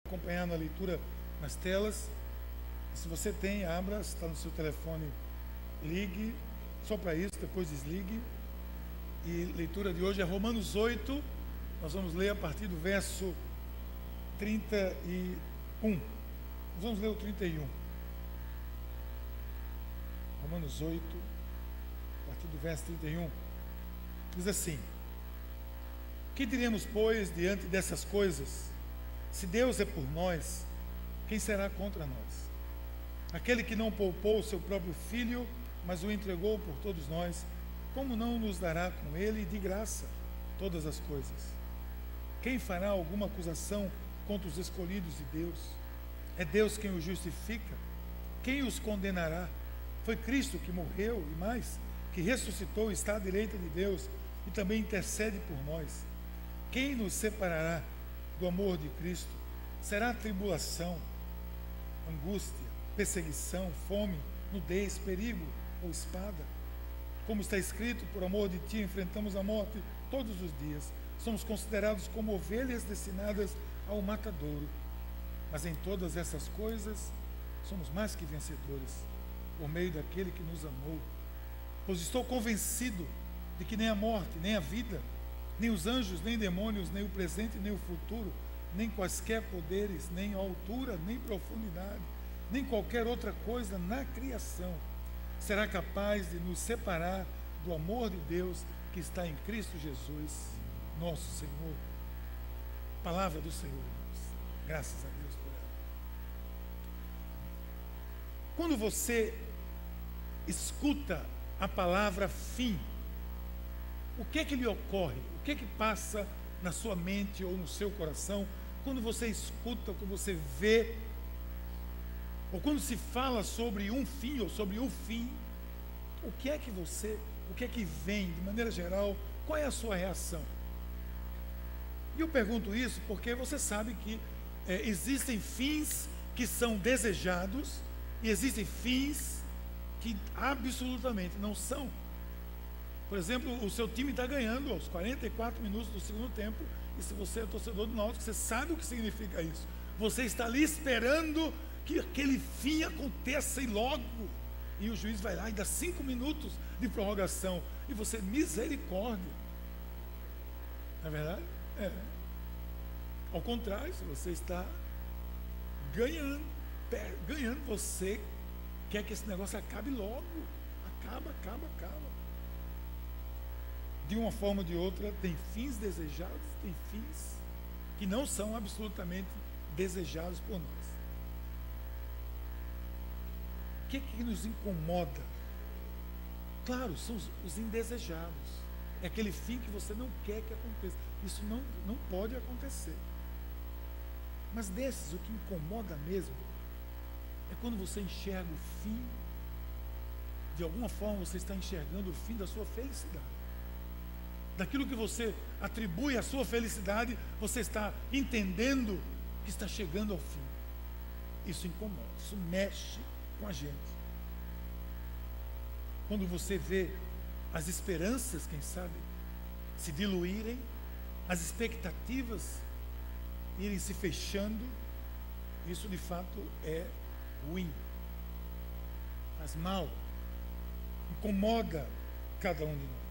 acompanhando a leitura nas telas. Se você tem, abra, se está no seu telefone, ligue, só para isso, depois desligue. E leitura de hoje é Romanos 8, nós vamos ler a partir do verso 31. Nós vamos ler o 31. Romanos 8, a partir do verso 31, diz assim: que diremos, pois, diante dessas coisas? Se Deus é por nós, quem será contra nós? Aquele que não poupou o seu próprio Filho, mas o entregou por todos nós, como não nos dará com ele de graça todas as coisas? Quem fará alguma acusação contra os escolhidos de Deus? É Deus quem os justifica. Quem os condenará? Foi Cristo que morreu e mais, que ressuscitou e está à direita de Deus e também intercede por nós. Quem nos separará do amor de Cristo? Será tribulação, angústia, perseguição, fome, nudez, perigo ou espada? Como está escrito, por amor de ti enfrentamos a morte todos os dias. Somos considerados como ovelhas destinadas ao matadouro. Mas em todas essas coisas somos mais que vencedores, por meio daquele que nos amou. Pois estou convencido de que nem a morte, nem a vida, nem os anjos, nem demônios, nem o presente, nem o futuro, nem quaisquer poderes, nem a altura, nem profundidade, nem qualquer outra coisa na criação será capaz de nos separar do amor de Deus que está em Cristo Jesus, nosso Senhor. Palavra do Senhor, irmãos. Graças a Deus por ela. Quando você escuta a palavra fim, o que é que lhe ocorre? O que é que passa na sua mente ou no seu coração quando você escuta, quando você vê, ou quando se fala sobre um fim ou sobre o fim? O que é que vem, de maneira geral, qual é a sua reação? E eu pergunto isso porque você sabe que existem fins que são desejados e existem fins que absolutamente não são. Por exemplo, o seu time está ganhando aos 44 minutos do segundo tempo, e se você é torcedor do Náutico, você sabe o que significa isso. Você está ali esperando que aquele fim aconteça e logo, e o juiz vai lá e dá 5 minutos de prorrogação, e você, misericórdia. Não é verdade? É. Ao contrário, se você está ganhando, você quer que esse negócio acabe logo. Acaba. De uma forma ou de outra, tem fins desejados, tem fins que não são absolutamente desejados por nós. O que é que nos incomoda? Claro, são os indesejados. É aquele fim que você não quer que aconteça. Isso não pode acontecer. Mas desses, o que incomoda mesmo é quando você enxerga o fim. De alguma forma você está enxergando o fim da sua felicidade. Daquilo que você atribui à sua felicidade, você está entendendo que está chegando ao fim. Isso incomoda, isso mexe com a gente. Quando você vê as esperanças, quem sabe, se diluírem, as expectativas irem se fechando, isso de fato é ruim, faz mal, incomoda cada um de nós.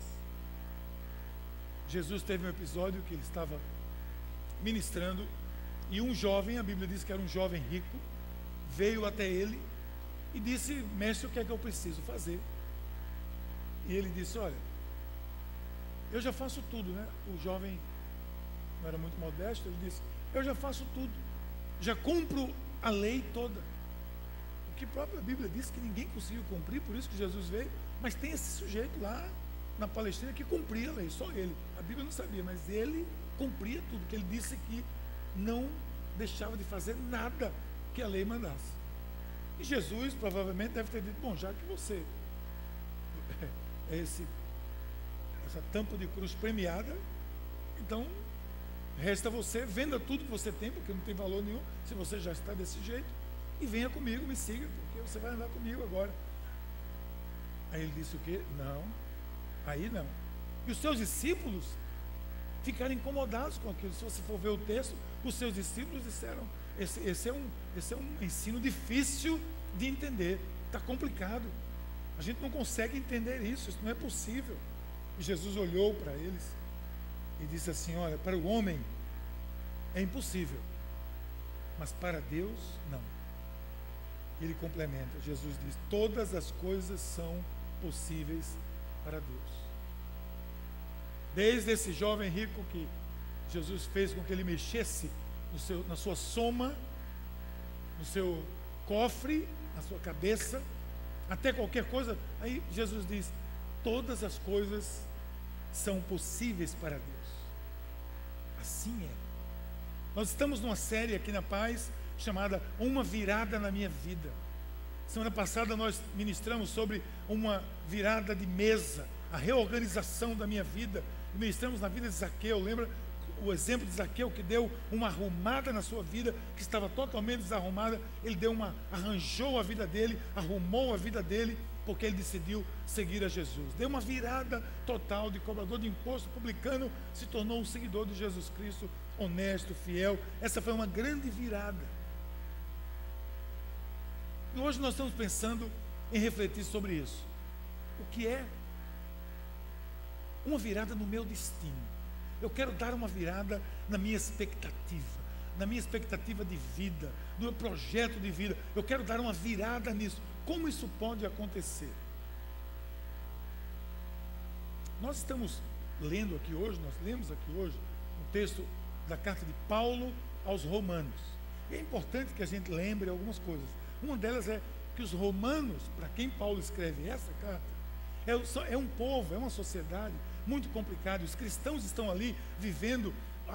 Jesus teve um episódio que ele estava ministrando e um jovem, a Bíblia diz que era um jovem rico, veio até ele e disse: mestre, o que é que eu preciso fazer? E ele disse: olha, eu já faço tudo, né? O jovem não era muito modesto, ele disse: eu já faço tudo, já cumpro a lei toda. O que a própria Bíblia diz que ninguém conseguiu cumprir, por isso que Jesus veio. Mas tem esse sujeito lá na Palestina que cumpria a lei, só ele. A Bíblia não sabia, mas ele cumpria tudo, porque ele disse que não deixava de fazer nada que a lei mandasse. E Jesus provavelmente deve ter dito: bom, já que você é essa tampa de cruz premiada, então resta você, venda tudo que você tem, porque não tem valor nenhum, se você já está desse jeito, e venha comigo, me siga, porque você vai andar comigo agora. Aí ele disse o quê? Não, aí não. E os seus discípulos ficaram incomodados com aquilo. Se você for ver o texto, os seus discípulos disseram: esse é um ensino difícil de entender, está complicado. A gente não consegue entender isso não é possível. E Jesus olhou para eles e disse assim: olha, para o homem é impossível, mas para Deus não. E ele complementa, Jesus diz: todas as coisas são possíveis para Deus. Desde esse jovem rico que Jesus fez com que ele mexesse na sua soma, no seu cofre, na sua cabeça, até qualquer coisa, aí Jesus diz: todas as coisas são possíveis para Deus. Assim é. Nós estamos numa série aqui na Paz chamada Uma Virada na Minha Vida. Semana passada nós ministramos sobre uma virada de mesa, a reorganização da minha vida. Ministramos na vida de Zaqueu. Lembra o exemplo de Zaqueu, que deu uma arrumada na sua vida, que estava totalmente desarrumada? Ele arranjou a vida dele, arrumou a vida dele, porque ele decidiu seguir a Jesus. Deu uma virada total, de cobrador de imposto publicano, se tornou um seguidor de Jesus Cristo, honesto, fiel. Essa foi uma grande virada. E hoje nós estamos pensando em refletir sobre isso. O que é uma virada no meu destino? Eu quero dar uma virada na minha expectativa de vida, no meu projeto de vida. Eu quero dar uma virada nisso. Como isso pode acontecer? Nós estamos lendo aqui hoje, nós lemos aqui hoje um texto da carta de Paulo aos Romanos. E é importante que a gente lembre algumas coisas. Uma delas é que os romanos, para quem Paulo escreve essa carta, é um povo, é uma sociedade muito complicada. Os cristãos estão ali vivendo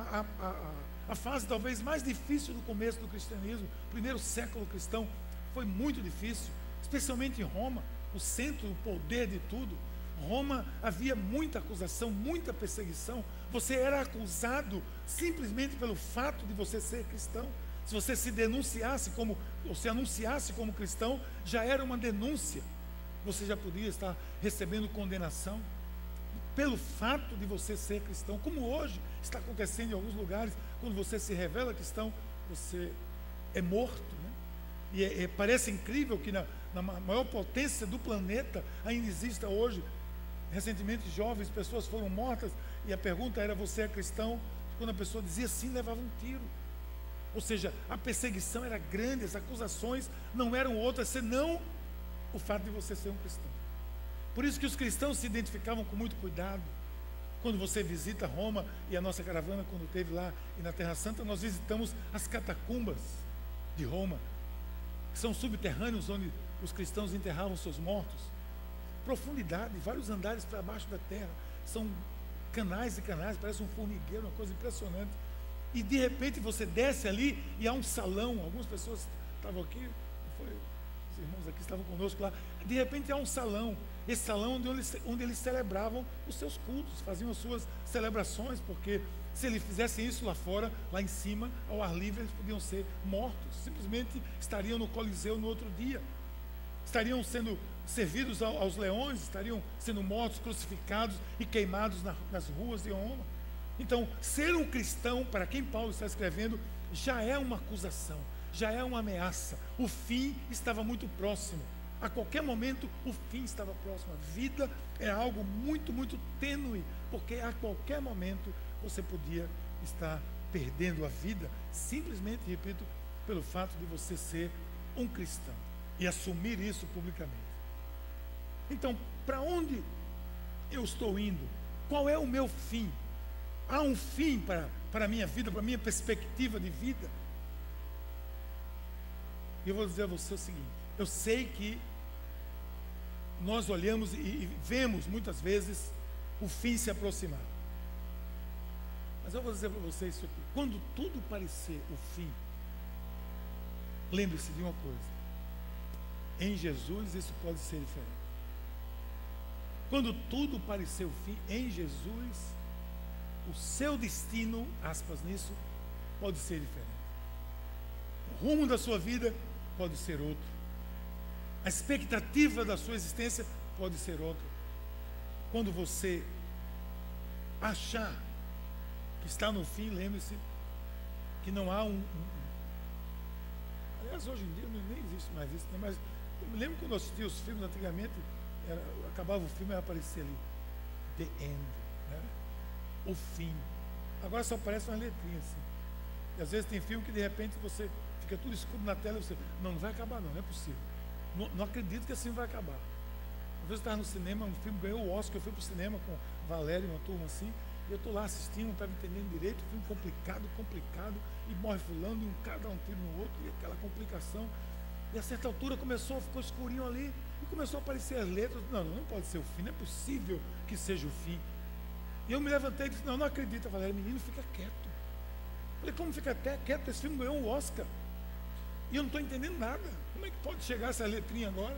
a fase talvez mais difícil do começo do cristianismo. O primeiro século cristão foi muito difícil, especialmente em Roma, o centro, o poder de tudo. Roma havia muita acusação, muita perseguição. Você era acusado simplesmente pelo fato de você ser cristão. Se você se denunciasse ou se anunciasse como cristão, já era uma denúncia. Você já podia estar recebendo condenação pelo fato de você ser cristão, como hoje está acontecendo em alguns lugares. Quando você se revela cristão, você é morto, né? E parece incrível que na maior potência do planeta ainda exista hoje. Recentemente, jovens, pessoas foram mortas, e a pergunta era: você é cristão? Quando a pessoa dizia sim, levava um tiro. Ou seja, a perseguição era grande, as acusações não eram outras senão o fato de você ser um cristão. Por isso que os cristãos se identificavam com muito cuidado. Quando você visita Roma, e a nossa caravana, quando esteve lá e na Terra Santa, nós visitamos as catacumbas de Roma, que são subterrâneos, onde os cristãos enterravam seus mortos. Profundidade, vários andares para baixo da terra, são canais e canais, parece um formigueiro, uma coisa impressionante. E de repente você desce ali e há um salão. Algumas pessoas estavam aqui, os irmãos aqui estavam conosco lá. De repente há um salão. Esse salão onde eles celebravam os seus cultos, faziam as suas celebrações, porque se eles fizessem isso lá fora, lá em cima, ao ar livre, eles podiam ser mortos. Simplesmente estariam no Coliseu no outro dia. Estariam sendo servidos aos leões, estariam sendo mortos, crucificados e queimados nas ruas de Roma. Então, ser um cristão, para quem Paulo está escrevendo, já é uma acusação, já é uma ameaça. O fim estava muito próximo. A qualquer momento, o fim estava próximo. A vida é algo muito, muito tênue, porque a qualquer momento você podia estar perdendo a vida, simplesmente, repito, pelo fato de você ser um cristão e assumir isso publicamente. Então, para onde eu estou indo? Qual é o meu fim? Há um fim para a minha vida, para a minha perspectiva de vida? E eu vou dizer a você o seguinte: eu sei que nós olhamos e vemos muitas vezes o fim se aproximar. Mas eu vou dizer para você isso aqui: quando tudo parecer o fim, lembre-se de uma coisa: em Jesus isso pode ser diferente. Quando tudo parecer o fim, em Jesus, o seu destino, aspas nisso, pode ser diferente. O rumo da sua vida pode ser outro. A expectativa da sua existência pode ser outra. Quando você achar que está no fim, lembre-se que não há Aliás, hoje em dia nem existe mais isso, né? Mas eu me lembro quando eu assistia os filmes antigamente, acabava o filme e aparecia ali, The End, né? O fim. Agora só aparece uma letrinha assim. E às vezes tem filme que de repente você fica tudo escuro na tela e você, não vai acabar não é possível. Não acredito que assim vai acabar. Às vezes eu estava no cinema, um filme ganhou o Oscar, eu fui para o cinema com Valéria e uma turma assim, e eu estou lá assistindo, não estava entendendo direito, um filme complicado, e morre fulano, e um cara dá um tiro no outro, e aquela complicação. E a certa altura ficou escurinho ali, e começou a aparecer as letras. Não pode ser o fim, não é possível que seja o fim. E eu me levantei e disse, não acredito, Valéria, menino, fica quieto. Falei, como fica até quieto? Esse filme ganhou um Oscar. E eu não estou entendendo nada. Como é que pode chegar essa letrinha agora?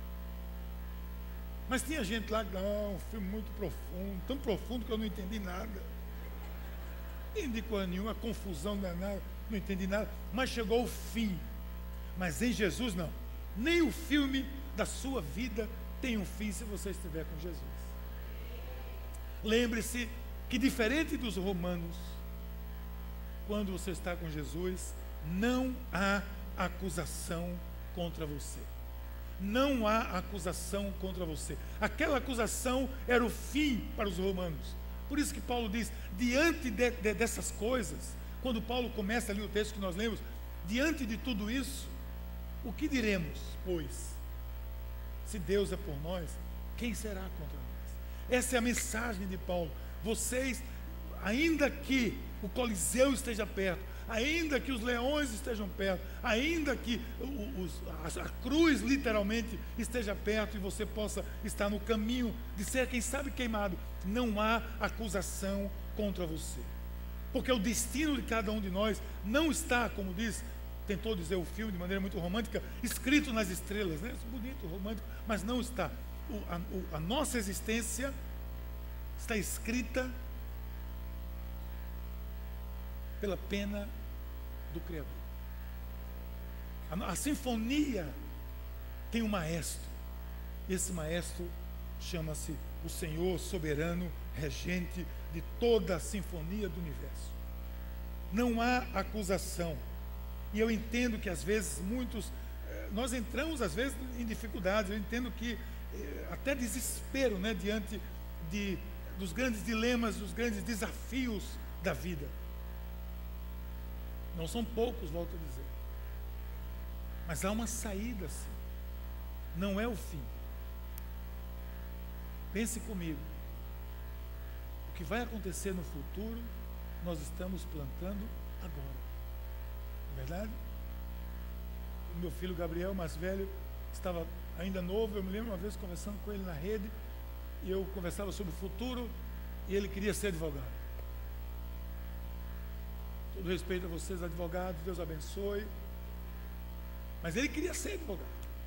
Mas tinha gente lá que, não, um filme muito profundo, tão profundo que eu não entendi nada. Não entendi coisa nenhuma, confusão danada, não entendi nada. Mas chegou o fim. Mas em Jesus não. Nem o filme da sua vida tem um fim se você estiver com Jesus. Lembre-se que, diferente dos romanos, quando você está com Jesus, não há acusação contra você. Não há acusação contra você. Aquela acusação era o fim para os romanos. Por isso que Paulo diz, diante dessas coisas, quando Paulo começa ali o texto que nós lemos, diante de tudo isso, o que diremos, pois? Se Deus é por nós, quem será contra nós? Essa é a mensagem de Paulo. Vocês, ainda que o Coliseu esteja perto, ainda que os leões estejam perto, ainda que a cruz literalmente esteja perto e você possa estar no caminho de ser, quem sabe, queimado, não há acusação contra você, porque o destino de cada um de nós não está, como tentou dizer o filme de maneira muito romântica, escrito nas estrelas, né? Bonito, romântico, mas não está. A nossa existência está escrita pela pena do Criador. A sinfonia tem um maestro. Esse maestro chama-se o Senhor soberano, regente de toda a sinfonia do universo. Não há acusação. E eu entendo que às vezes nós entramos às vezes em dificuldades. Eu entendo que até desespero, né, diante dos grandes dilemas, dos grandes desafios da vida. Não são poucos, volto a dizer. Mas há uma saída, sim. Não é o fim. Pense comigo. O que vai acontecer no futuro, nós estamos plantando agora. Não é verdade? O meu filho Gabriel, mais velho, estava ainda novo. Eu me lembro uma vez conversando com ele na rede, e eu conversava sobre o futuro, e ele queria ser advogado. Todo respeito a vocês, advogados, Deus abençoe. Mas ele queria ser advogado.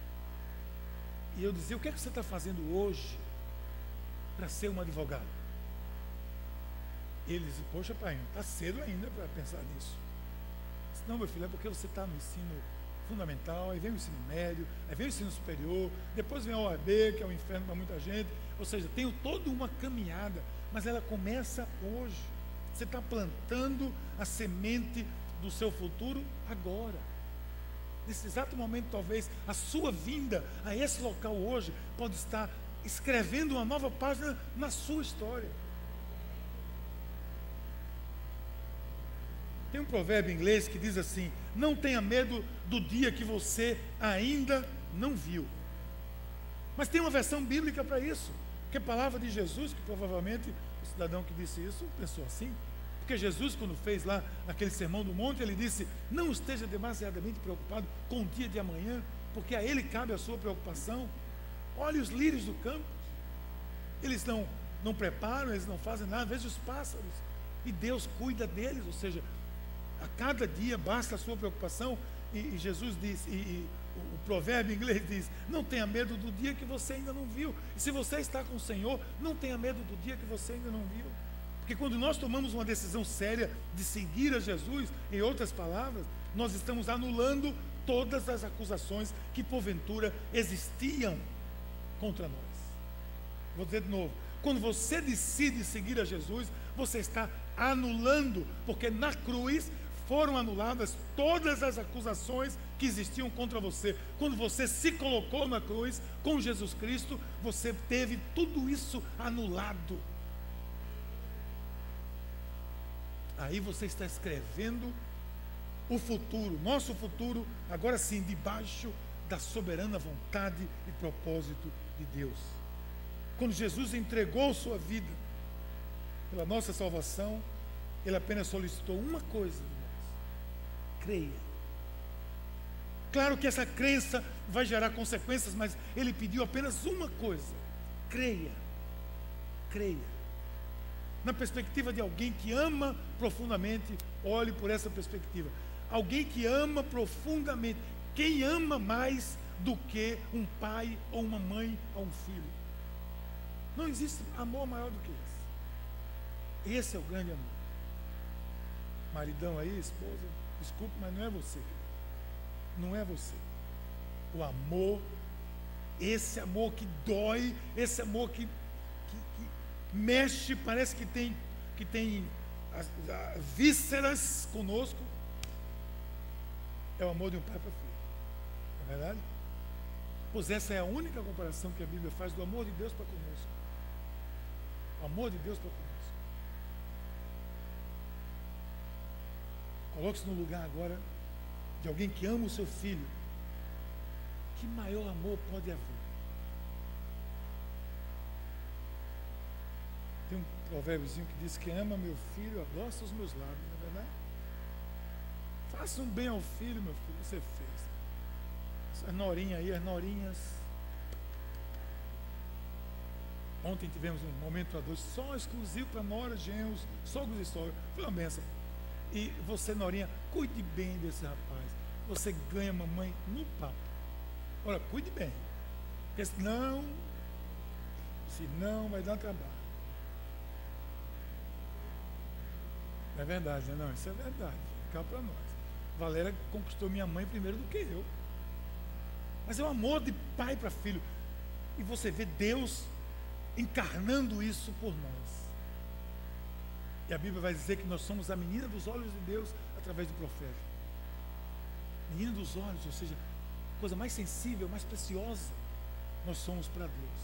E eu dizia, o que é que você está fazendo hoje para ser um advogado? E ele disse, poxa pai, está cedo ainda para pensar nisso. Eu disse, não, meu filho, é porque você está no ensino fundamental, aí vem o ensino médio, aí vem o ensino superior, depois vem a OAB, que é o inferno para muita gente. Ou seja, tem toda uma caminhada, mas ela começa hoje. Você está plantando a semente do seu futuro agora. Nesse exato momento, talvez, a sua vinda a esse local hoje pode estar escrevendo uma nova página na sua história. Tem um provérbio em inglês que diz assim: não tenha medo do dia que você ainda não viu. Mas tem uma versão bíblica para isso, que é a palavra de Jesus, que provavelmente o cidadão que disse isso pensou assim. Porque Jesus, quando fez lá aquele sermão do monte, ele disse: não esteja demasiadamente preocupado com o dia de amanhã, porque a ele cabe a sua preocupação. Olhe os lírios do campo, eles não preparam, eles não fazem nada. Veja os pássaros, e Deus cuida deles. Ou seja, a cada dia basta a sua preocupação. E Jesus diz, e o provérbio em inglês diz: não tenha medo do dia que você ainda não viu. E se você está com o Senhor, não tenha medo do dia que você ainda não viu. Porque quando nós tomamos uma decisão séria de seguir a Jesus, em outras palavras, nós estamos anulando todas as acusações que porventura existiam contra nós. Vou dizer de novo: quando você decide seguir a Jesus, você está anulando, porque na cruz foram anuladas todas as acusações que existiam contra você. Quando você se colocou na cruz com Jesus Cristo, você teve tudo isso anulado. Aí você está escrevendo o futuro, nosso futuro, agora sim, debaixo da soberana vontade e propósito de Deus. Quando Jesus entregou sua vida pela nossa salvação, Ele apenas solicitou uma coisa de nós: creia. Claro que essa crença vai gerar consequências, mas Ele pediu apenas uma coisa: creia. Creia. Na perspectiva de alguém que ama profundamente, olhe por essa perspectiva. Alguém que ama profundamente. Quem ama mais do que um pai ou uma mãe a um filho? Não existe amor maior do que esse. Esse é o grande amor. Maridão aí, esposa, desculpe, mas não é você. Não é você. O amor, esse amor que dói, esse amor que mexe, parece que tem as vísceras conosco, é o amor de um pai para filho. Não é verdade? Pois essa é a única comparação que a Bíblia faz do amor de Deus para conosco. O amor de Deus para conosco. Coloque-se no lugar agora de alguém que ama o seu filho. Que maior amor pode haver? Tem um provérbiozinho que diz: quem ama meu filho adoça os meus lábios, não é verdade? Faça um bem ao filho, meu filho, você fez. As norinhas aí, as norinhas. Ontem tivemos um momento a dois, só exclusivo para noras, genros, sogros e sogras. Foi uma benção. E você, norinha, cuide bem desse rapaz. Você ganha mamãe no papo. Olha, cuide bem. Porque senão vai dar trabalho. É verdade, né? Não, isso é verdade. Fica para nós. Valéria conquistou minha mãe primeiro do que eu. Mas é o amor de pai para filho. E você vê Deus encarnando isso por nós. E a Bíblia vai dizer que nós somos a menina dos olhos de Deus através do profeta. Menina dos olhos, ou seja, coisa mais sensível, mais preciosa, nós somos para Deus.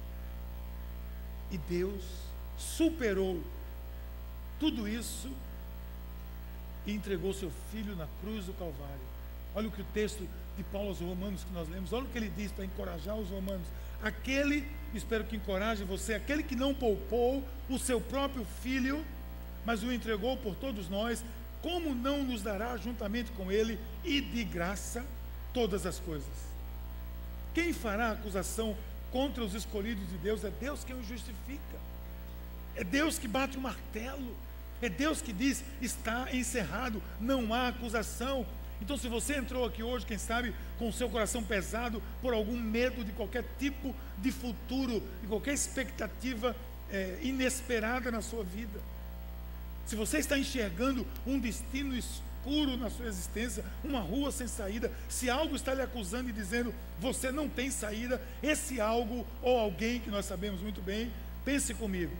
E Deus superou tudo isso e entregou seu filho na cruz do Calvário. Olha o que o texto de Paulo aos Romanos que nós lemos, olha o que ele diz para encorajar os romanos: aquele, espero que encoraje você, aquele que não poupou o seu próprio filho, mas o entregou por todos nós, como não nos dará juntamente com ele e de graça todas as coisas? Quem fará acusação contra os escolhidos de Deus? É Deus quem os justifica. É Deus que bate o martelo. É Deus que diz: está encerrado, não há acusação. Então, se você entrou aqui hoje, quem sabe, com o seu coração pesado por algum medo de qualquer tipo de futuro, de qualquer expectativa inesperada na sua vida, se você está enxergando um destino escuro na sua existência, uma rua sem saída, se algo está lhe acusando e dizendo você não tem saída, esse algo ou alguém que nós sabemos muito bem, pense comigo.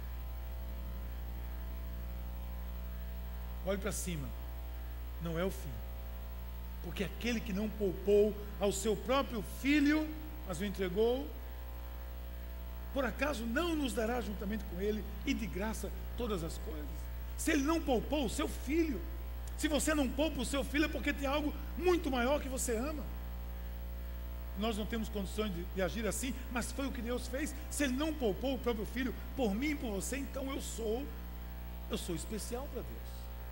Olhe para cima, não é o fim, porque aquele que não poupou ao seu próprio filho, mas o entregou, por acaso não nos dará juntamente com ele e de graça todas as coisas? Se ele não poupou o seu filho, se você não poupa o seu filho, é porque tem algo muito maior que você ama. Nós não temos condições de agir assim, mas foi o que Deus fez. Se ele não poupou o próprio filho por mim e por você, então eu sou especial para Deus.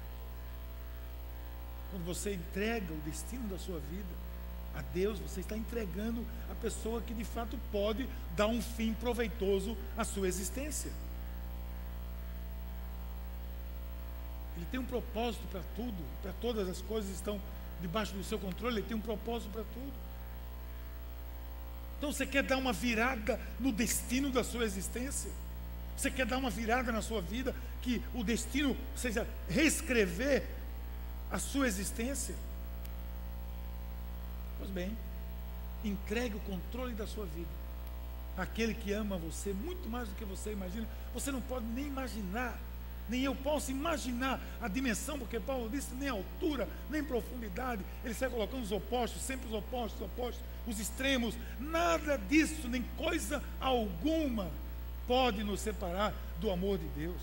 Quando você entrega o destino da sua vida a Deus, você está entregando a pessoa que de fato pode dar um fim proveitoso à sua existência. Ele tem um propósito para tudo, para todas as coisas estão debaixo do seu controle, ele tem um propósito para tudo. Então você quer dar uma virada no destino da sua existência? Você quer dar uma virada na sua vida, que o destino seja reescrever a sua existência? Pois bem, entregue o controle da sua vida àquele que ama você muito mais do que você imagina. Você não pode nem imaginar nem eu posso imaginar a dimensão, porque Paulo disse nem altura, nem profundidade. Ele sai colocando os opostos, sempre os opostos, os extremos. Nada disso, nem coisa alguma pode nos separar do amor de Deus.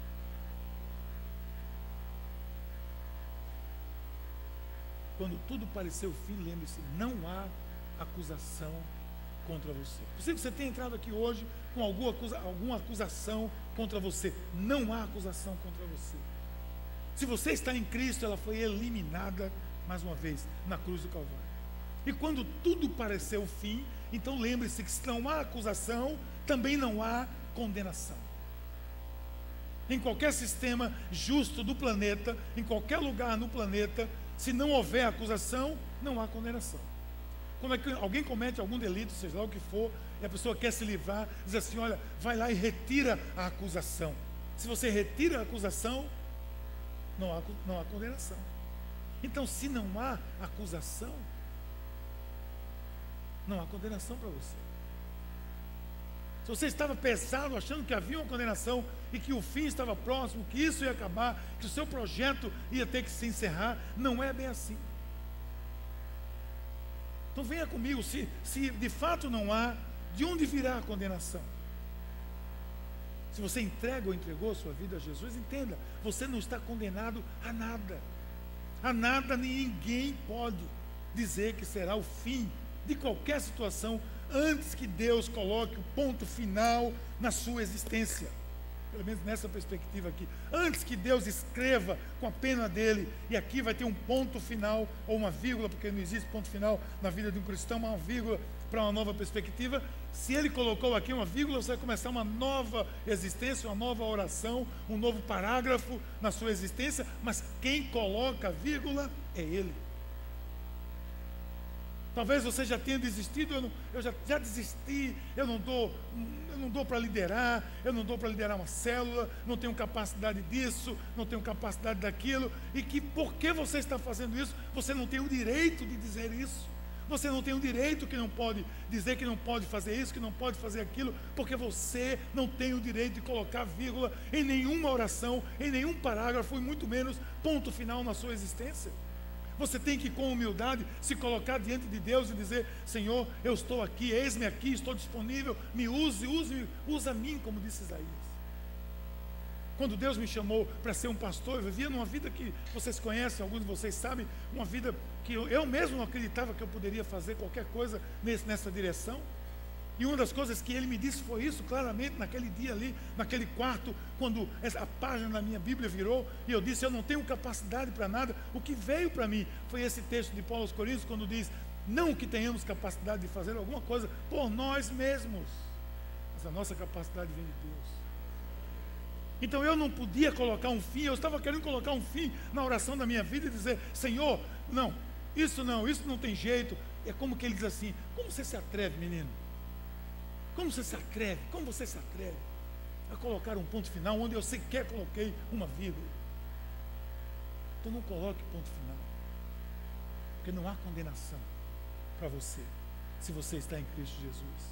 Quando tudo pareceu fim, lembre-se, não há acusação contra você. Se você tem entrado aqui hoje com alguma acusação contra você, não há acusação contra você. Se você está em Cristo, ela foi eliminada, mais uma vez, na cruz do Calvário. E quando tudo pareceu fim, então lembre-se que se não há acusação, também não há condenação. Em qualquer sistema justo do planeta, em qualquer lugar no planeta, se não houver acusação, não há condenação. Quando alguém comete algum delito, seja lá o que for, e a pessoa quer se livrar, diz assim, olha, vai lá e retira a acusação. Se você retira a acusação, não há condenação. Então, se não há acusação, não há condenação para você. Se você estava pesado, achando que havia uma condenação e que o fim estava próximo, que isso ia acabar, que o seu projeto ia ter que se encerrar, não é bem assim. Então venha comigo, se de fato não há, de onde virá a condenação? Se você entrega ou entregou sua vida a Jesus, entenda, você não está condenado a nada. A nada, ninguém pode dizer que será o fim de qualquer situação antes que Deus coloque o ponto final na sua existência. Pelo menos nessa perspectiva aqui. Antes que Deus escreva com a pena dele, e aqui vai ter um ponto final, ou uma vírgula, porque não existe ponto final na vida de um cristão, uma vírgula para uma nova perspectiva. Se ele colocou aqui uma vírgula, você vai começar uma nova existência, uma nova oração, um novo parágrafo na sua existência, mas quem coloca a vírgula é ele. Talvez você já tenha desistido, eu já desisti, eu não dou para liderar, eu não dou para liderar uma célula, não tenho capacidade disso, não tenho capacidade daquilo, e que porque você está fazendo isso, você não tem o direito de dizer isso, você não tem o direito que não pode dizer que não pode fazer isso, que não pode fazer aquilo, porque você não tem o direito de colocar vírgula em nenhuma oração, em nenhum parágrafo, e muito menos ponto final na sua existência. Você tem que, com humildade, se colocar diante de Deus e dizer, Senhor, eu estou aqui, eis-me aqui, estou disponível, me usa a mim, como disse Isaías. Quando Deus me chamou para ser um pastor, eu vivia numa vida que vocês conhecem, alguns de vocês sabem, uma vida que eu mesmo não acreditava que eu poderia fazer qualquer coisa nessa direção. E uma das coisas que ele me disse foi isso, claramente, naquele dia ali, naquele quarto, quando a página da minha Bíblia virou, e eu disse, eu não tenho capacidade para nada. O que veio para mim foi esse texto de Paulo aos Coríntios, quando diz, não que tenhamos capacidade de fazer alguma coisa por nós mesmos, mas a nossa capacidade vem de Deus. Então eu não podia colocar um fim, eu estava querendo colocar um fim na oração da minha vida e dizer, Senhor, isso não tem jeito. É como que ele diz assim, como você se atreve, menino? Como você se atreve a colocar um ponto final onde eu sequer coloquei uma vírgula? Então não coloque ponto final, porque não há condenação para você, se você está em Cristo Jesus.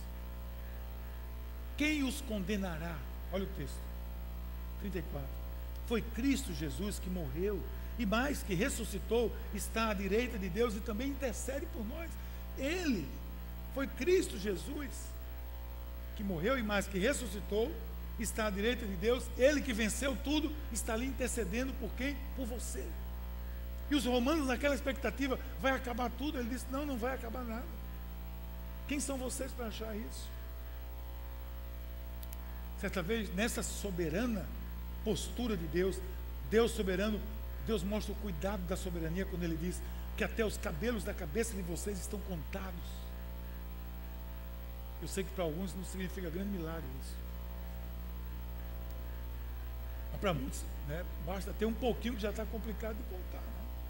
Quem os condenará? Olha o texto, 34. Foi Cristo Jesus que morreu, e mais, que ressuscitou, está à direita de Deus e também intercede por nós. Ele, foi Cristo Jesus que morreu e mais que ressuscitou, está à direita de Deus, ele que venceu tudo, está ali intercedendo por quem? Por você. E os romanos naquela expectativa, vai acabar tudo? Ele disse, não vai acabar nada. Quem são vocês para achar isso? Certa vez, nessa soberana postura de Deus, Deus soberano, Deus mostra o cuidado da soberania quando ele diz que até os cabelos da cabeça de vocês estão contados. Eu sei que para alguns não significa grande milagre isso. Mas para muitos, basta ter um pouquinho que já está complicado de contar.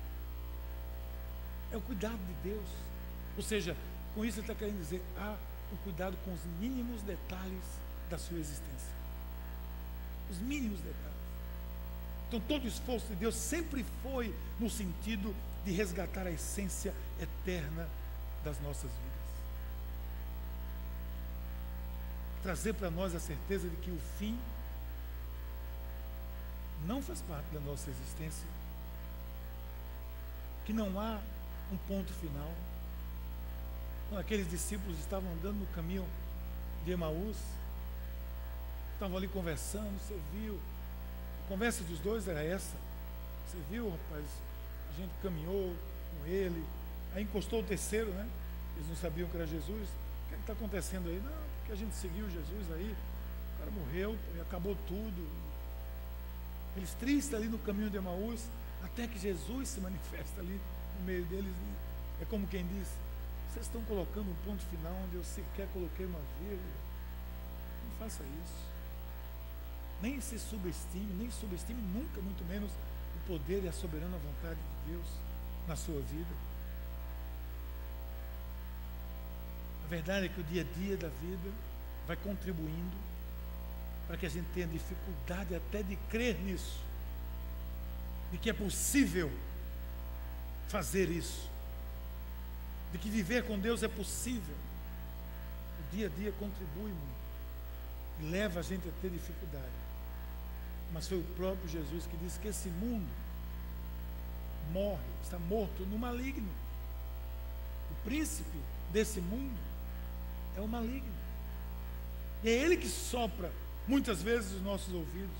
É o cuidado de Deus. Ou seja, com isso ele está querendo dizer, há um cuidado com os mínimos detalhes da sua existência. Os mínimos detalhes. Então todo o esforço de Deus sempre foi no sentido de resgatar a essência eterna das nossas vidas. Trazer para nós a certeza de que o fim não faz parte da nossa existência, que não há um ponto final. Quando aqueles discípulos estavam andando no caminho de Emaús, estavam ali conversando, você viu, a conversa dos dois era essa, você viu, rapaz, a gente caminhou com ele, aí encostou o terceiro, né? Eles não sabiam que era Jesus. O que está acontecendo aí? Não, porque a gente seguiu Jesus aí, o cara morreu e acabou tudo. Eles tristes ali no caminho de Emaús, até que Jesus se manifesta ali no meio deles. É como quem diz: vocês estão colocando um ponto final onde eu sequer coloquei uma vírgula. Não faça isso. Nem se subestime, nem subestime nunca, muito menos, o poder e a soberana vontade de Deus na sua vida. A verdade é que o dia a dia da vida vai contribuindo para que a gente tenha dificuldade até de crer nisso, de que é possível fazer isso, de que viver com Deus é possível. O dia a dia contribui muito e leva a gente a ter dificuldade. Mas foi o próprio Jesus que disse que esse mundo morre, está morto no maligno. O príncipe desse mundo é o maligno. E é ele que sopra muitas vezes os nossos ouvidos.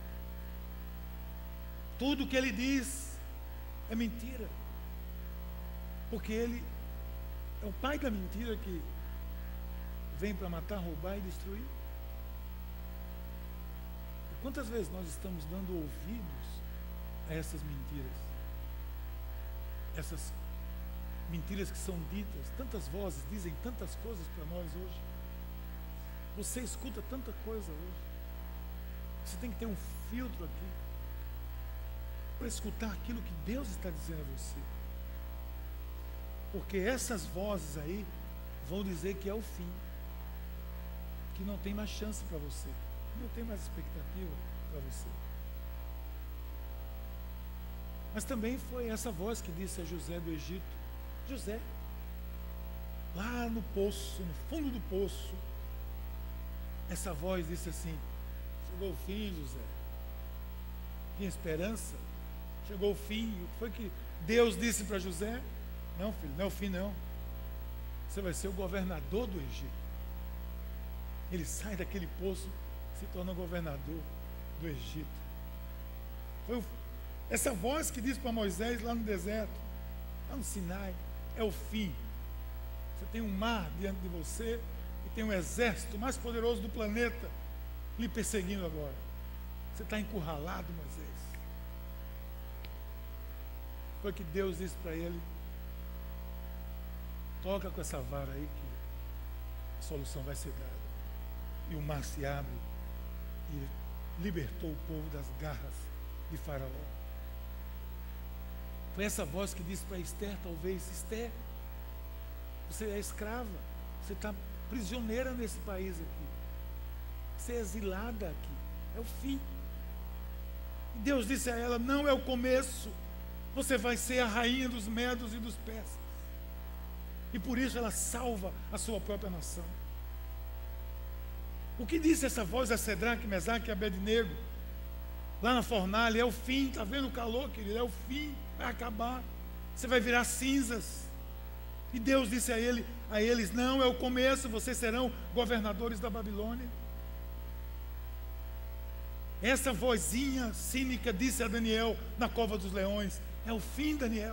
Tudo que ele diz é mentira, porque ele é o pai da mentira, que vem para matar, roubar e destruir. E quantas vezes nós estamos dando ouvidos a essas mentiras? Essas mentiras que são ditas, tantas vozes dizem tantas coisas para nós hoje. Você escuta tanta coisa hoje. Você tem que ter um filtro aqui para escutar aquilo que Deus está dizendo a você. Porque essas vozes aí vão dizer que é o fim, que não tem mais chance para você, não tem mais expectativa para você. Mas também foi essa voz que disse a José do Egito: José, lá no poço, no fundo do poço, essa voz disse assim: chegou o fim, José. Tinha esperança, chegou o fim. O que foi que Deus disse para José? Não, filho, não é o fim não. Você vai ser o governador do Egito. Ele sai daquele poço, se torna governador do Egito. Foi essa voz que disse para Moisés lá no deserto, lá no Sinai: é o fim. Você tem um mar diante de você e tem um exército mais poderoso do planeta lhe perseguindo agora. Você está encurralado, Moisés. Foi que Deus disse para ele: toca com essa vara aí que a solução vai ser dada. E o mar se abre e libertou o povo das garras de Faraó. Foi essa voz que disse para Esther, talvez: Esther, você é escrava, você está prisioneira nesse país aqui, você é exilada aqui, é o fim. E Deus disse a ela: não é o começo, você vai ser a rainha dos medos e dos persas. E por isso ela salva a sua própria nação. O que disse essa voz a Cedraque, Mesaque e Abednego lá na fornalha? É o fim. Está vendo o calor, querido? É o fim, vai acabar, você vai virar cinzas. E Deus disse a eles: não é o começo, vocês serão governadores da Babilônia. Essa vozinha cínica disse a Daniel na cova dos leões: é o fim, Daniel.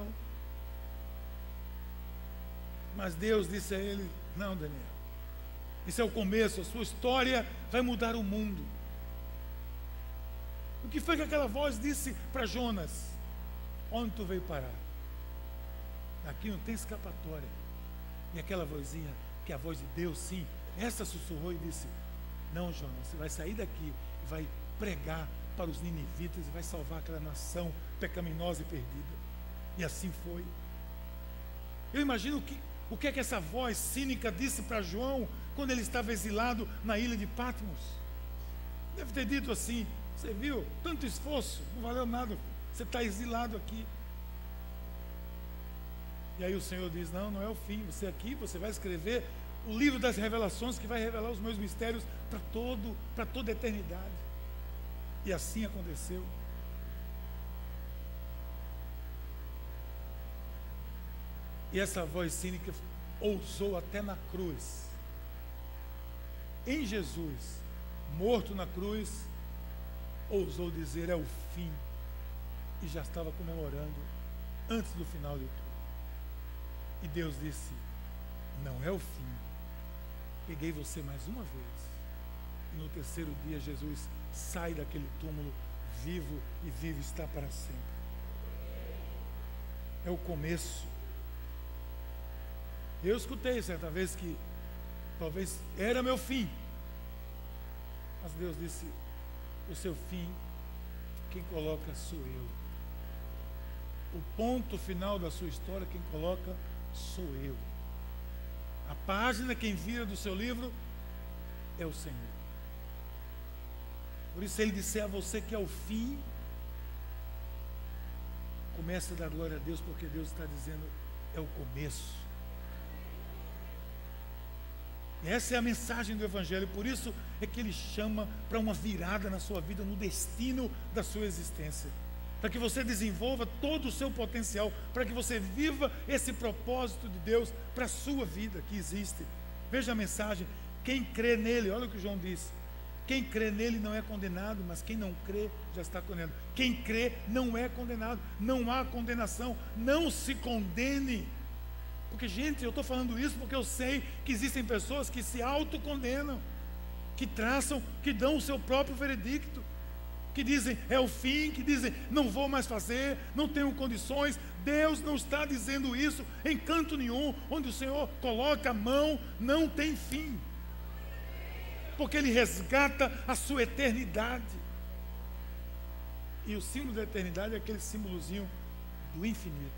Mas Deus disse a ele: não, Daniel, esse é o começo, a sua história vai mudar o mundo. O que foi que aquela voz disse para Jonas? Onde tu veio parar? Aqui não tem escapatória. E aquela vozinha, que é a voz de Deus, sim, essa sussurrou e disse: não, Jonas, você vai sair daqui e vai pregar para os ninivitas e vai salvar aquela nação pecaminosa e perdida. E assim foi. Eu imagino o que é que essa voz cínica disse para João quando ele estava exilado na ilha de Patmos. Deve ter dito assim: você viu, tanto esforço, não valeu nada, você está exilado aqui. E aí o Senhor diz: não, não é o fim, você aqui, você vai escrever o livro das revelações, que vai revelar os meus mistérios para toda a eternidade. E assim aconteceu. E essa voz cínica ousou até na cruz, em Jesus, morto na cruz, ousou dizer: é o fim, e já estava comemorando antes do final de tudo. E Deus disse: não é o fim, peguei você mais uma vez. E no terceiro dia Jesus sai daquele túmulo vivo, e vivo está para sempre. É o começo. Eu escutei certa vez que talvez era meu fim, mas Deus disse: o seu fim, quem coloca sou eu. O ponto final da sua história, quem coloca sou eu. A página, quem vira do seu livro, é o Senhor. Por isso, se Ele disser a você que é o fim, comece a dar glória a Deus, porque Deus está dizendo: é o começo. E essa é a mensagem do Evangelho. Por isso é que Ele chama para uma virada na sua vida, no destino da sua existência, para que você desenvolva todo o seu potencial, para que você viva esse propósito de Deus para a sua vida que existe. Veja a mensagem: quem crê nele, olha o que João disse, quem crê nele não é condenado, mas quem não crê já está condenado. Quem crê não é condenado, não há condenação, não se condene. Porque, gente, eu estou falando isso porque eu sei que existem pessoas que se autocondenam, que traçam, que dão o seu próprio veredicto, que dizem é o fim, que dizem não vou mais fazer, não tenho condições. Deus não está dizendo isso em canto nenhum. Onde o Senhor coloca a mão, não tem fim, porque Ele resgata a sua eternidade. E o símbolo da eternidade é aquele símbolozinho do infinito.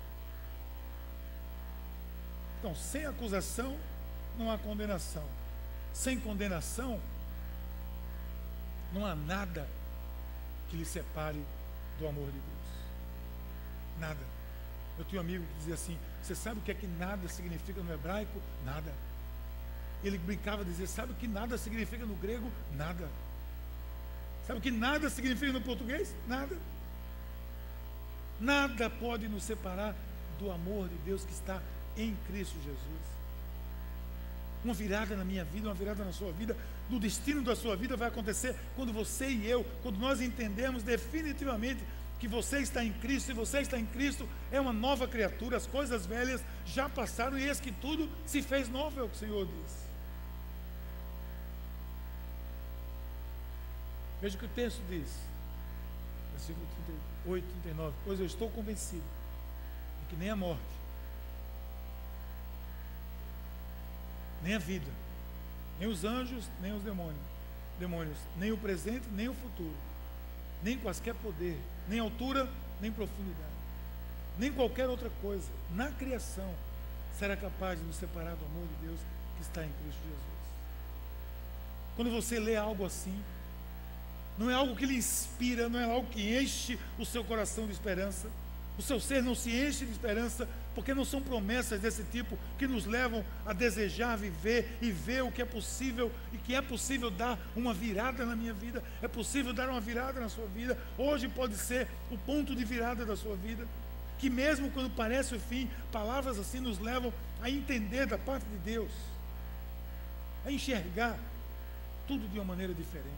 Então, sem acusação não há condenação. Sem condenação não há nada que lhe separe do amor de Deus. Nada. Eu tinha um amigo que dizia assim: você sabe o que é que nada significa no hebraico? Nada. Ele brincava de dizer: sabe o que nada significa no grego? Nada. Sabe o que nada significa no português? Nada. Nada pode nos separar do amor de Deus que está em Cristo Jesus. Uma virada na minha vida, uma virada na sua vida, no destino da sua vida vai acontecer quando você e eu, quando nós entendemos definitivamente que você está em Cristo, e você está em Cristo, é uma nova criatura. As coisas velhas já passaram e eis que tudo se fez novo, é o que o Senhor diz. Veja o que o texto diz, versículo 38, 39: pois eu estou convencido de que nem a morte, nem a vida, nem os anjos, nem os demônios, nem o presente, nem o futuro, nem quaisquer poder, nem altura, nem profundidade, nem qualquer outra coisa na criação será capaz de nos separar do amor de Deus que está em Cristo Jesus. Quando você lê algo assim, não é algo que lhe inspira, não é algo que enche o seu coração de esperança. O seu ser não se enche de esperança, porque não são promessas desse tipo que nos levam a desejar viver e ver o que é possível, e que é possível dar uma virada na minha vida, é possível dar uma virada na sua vida. Hoje pode ser o ponto de virada da sua vida, que mesmo quando parece o fim, palavras assim nos levam a entender da parte de Deus, a enxergar tudo de uma maneira diferente.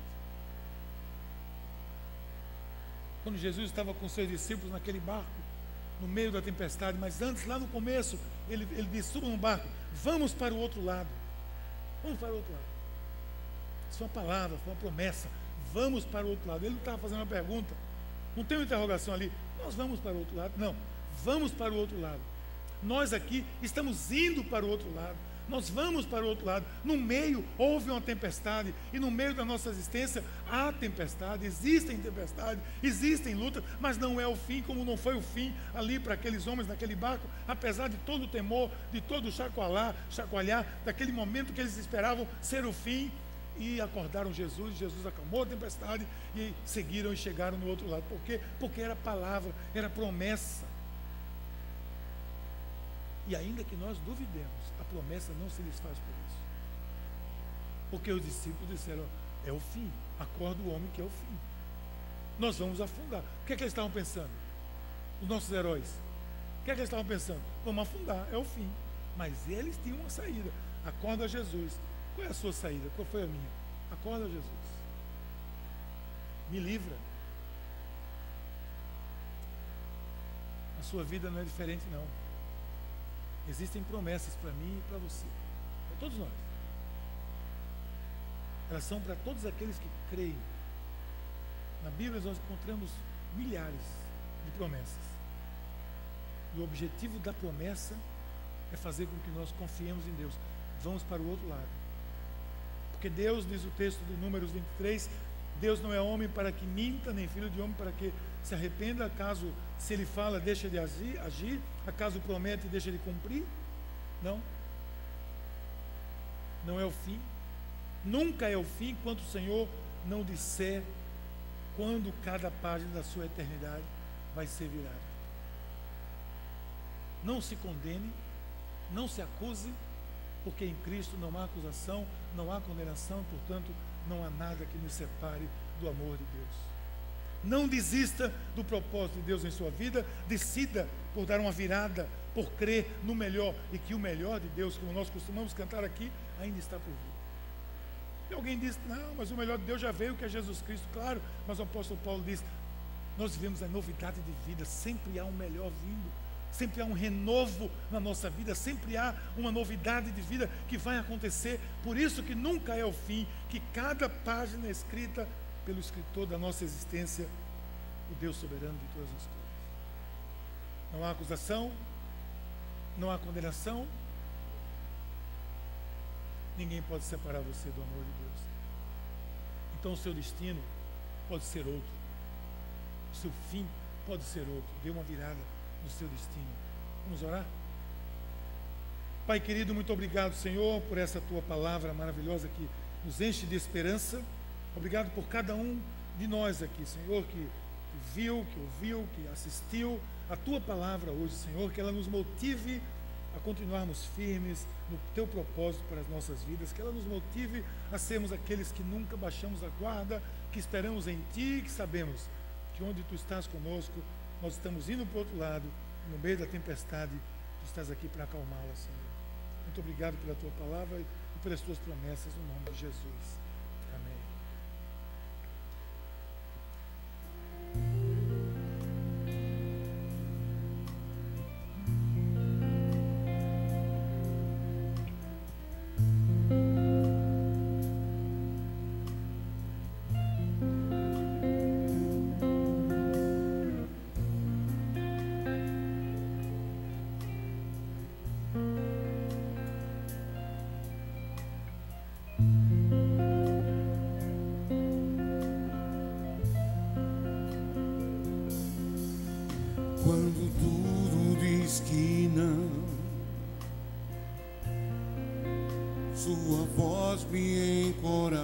Quando Jesus estava com seus discípulos naquele barco, no meio da tempestade, mas antes, lá no começo, ele disse: suba no barco, vamos para o outro lado. Vamos para o outro lado. Isso foi uma palavra, foi uma promessa. Vamos para o outro lado. Ele não estava fazendo uma pergunta, não tem uma interrogação ali: nós vamos para o outro lado? Não, vamos para o outro lado. Nós aqui estamos indo para o outro lado. Nós vamos para o outro lado. No meio houve uma tempestade, e no meio da nossa existência há tempestade, existem tempestades, existem lutas, mas não é o fim, como não foi o fim ali para aqueles homens naquele barco, apesar de todo o temor, de todo o chacoalhar daquele momento que eles esperavam ser o fim, e acordaram Jesus. Jesus acalmou a tempestade e seguiram e chegaram no outro lado. Por quê? Porque era palavra, era promessa. E ainda que nós duvidemos, a promessa não se desfaz por isso. Porque os discípulos disseram: é o fim, acorda o homem que é o fim. Nós vamos afundar. O que é que eles estavam pensando? Os nossos heróis: O que é que eles estavam pensando? Vamos afundar, é o fim. Mas eles tinham uma saída. Acorda a Jesus. Qual é a sua saída? Qual foi a minha? Acorda a Jesus. Me livra. A sua vida não é diferente, não. Existem promessas para mim e para você, para todos nós. Elas são para todos aqueles que creem. Na Bíblia nós encontramos milhares de promessas. E o objetivo da promessa é fazer com que nós confiemos em Deus. Vamos para o outro lado. Porque Deus, diz o texto de Números 23, Deus não é homem para que minta, nem filho de homem para que se arrependa, acaso se ele fala, deixa de agir, acaso promete, deixa de cumprir. Não. Não é o fim. Nunca é o fim enquanto o Senhor não disser quando cada página da sua eternidade vai ser virada. Não se condene, não se acuse, porque em Cristo não há acusação, não há condenação, portanto, não há nada que nos separe do amor de Deus. Não desista do propósito de Deus em sua vida, decida por dar uma virada, por crer no melhor, e que o melhor de Deus, como nós costumamos cantar aqui, ainda está por vir. E alguém diz, não, mas o melhor de Deus já veio, que é Jesus Cristo. Claro, mas o apóstolo Paulo diz, nós vivemos a novidade de vida, sempre há um melhor vindo, sempre há um renovo na nossa vida, sempre há uma novidade de vida que vai acontecer. Por isso que nunca é o fim, que cada página é escrita pelo escritor da nossa existência, o Deus soberano de todas as coisas. Não há acusação, não há condenação. Ninguém pode separar você do amor de Deus. Então o seu destino pode ser outro. O seu fim pode ser outro. Dê uma virada no seu destino. Vamos orar? Pai querido, muito obrigado, Senhor, por essa tua palavra maravilhosa que nos enche de esperança. Obrigado por cada um de nós aqui, Senhor, que viu, que ouviu, que assistiu a tua palavra hoje, Senhor, que ela nos motive a continuarmos firmes no teu propósito para as nossas vidas, que ela nos motive a sermos aqueles que nunca baixamos a guarda, que esperamos em ti, que sabemos que onde tu estás conosco, nós estamos indo para o outro lado, no meio da tempestade, tu estás aqui para acalmá-la, Senhor. Muito obrigado pela tua palavra e pelas tuas promessas, no nome de Jesus. Amém. Quando tudo diz que não, sua voz me encoraja.